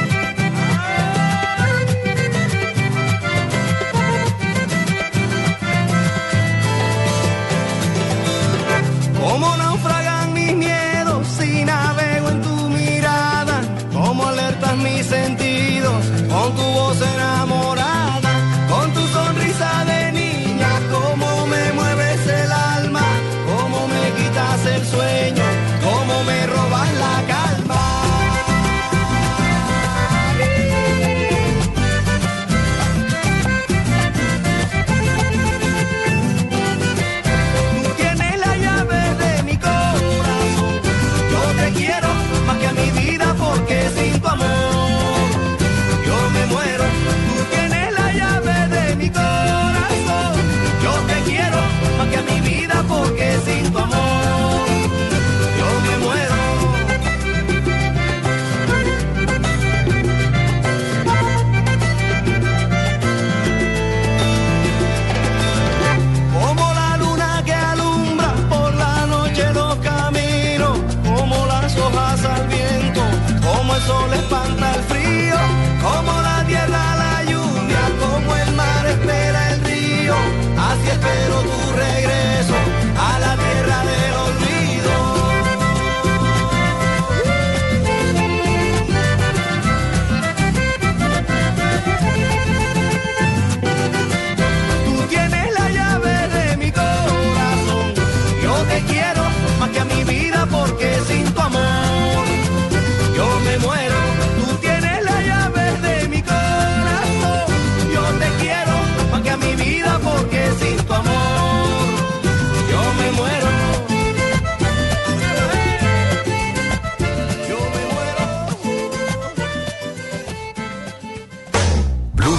Como naufragan mis miedos si navego en tu mirada, como alertas mis sentidos con tu voz enamorada, con tu sonrisa de niña, como me mueves el alma, como me quitas el sueño, como me robas la calma. Quiero más que a mi vida, porque sin tu amor yo me muero. Tú tienes la llave de mi corazón,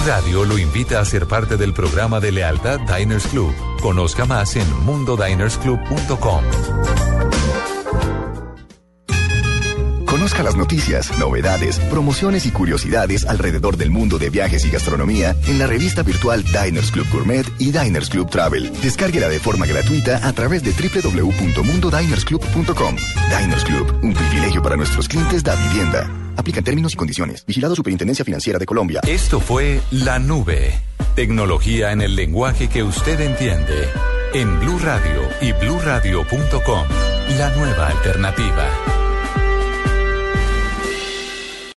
Radio lo invita a ser parte del programa de lealtad Diners Club. Conozca más en mundodinersclub.com. Conozca las noticias, novedades, promociones y curiosidades alrededor del mundo de viajes y gastronomía en la revista virtual Diners Club Gourmet y Diners Club Travel. Descárguela de forma gratuita a través de www.mundodinersclub.com. Diners Club, un privilegio para nuestros clientes da vivienda. Aplican términos y condiciones. Vigilado Superintendencia Financiera de Colombia. Esto fue La Nube. Tecnología en el lenguaje que usted entiende. En Blue Radio y bluradio.com. La nueva alternativa.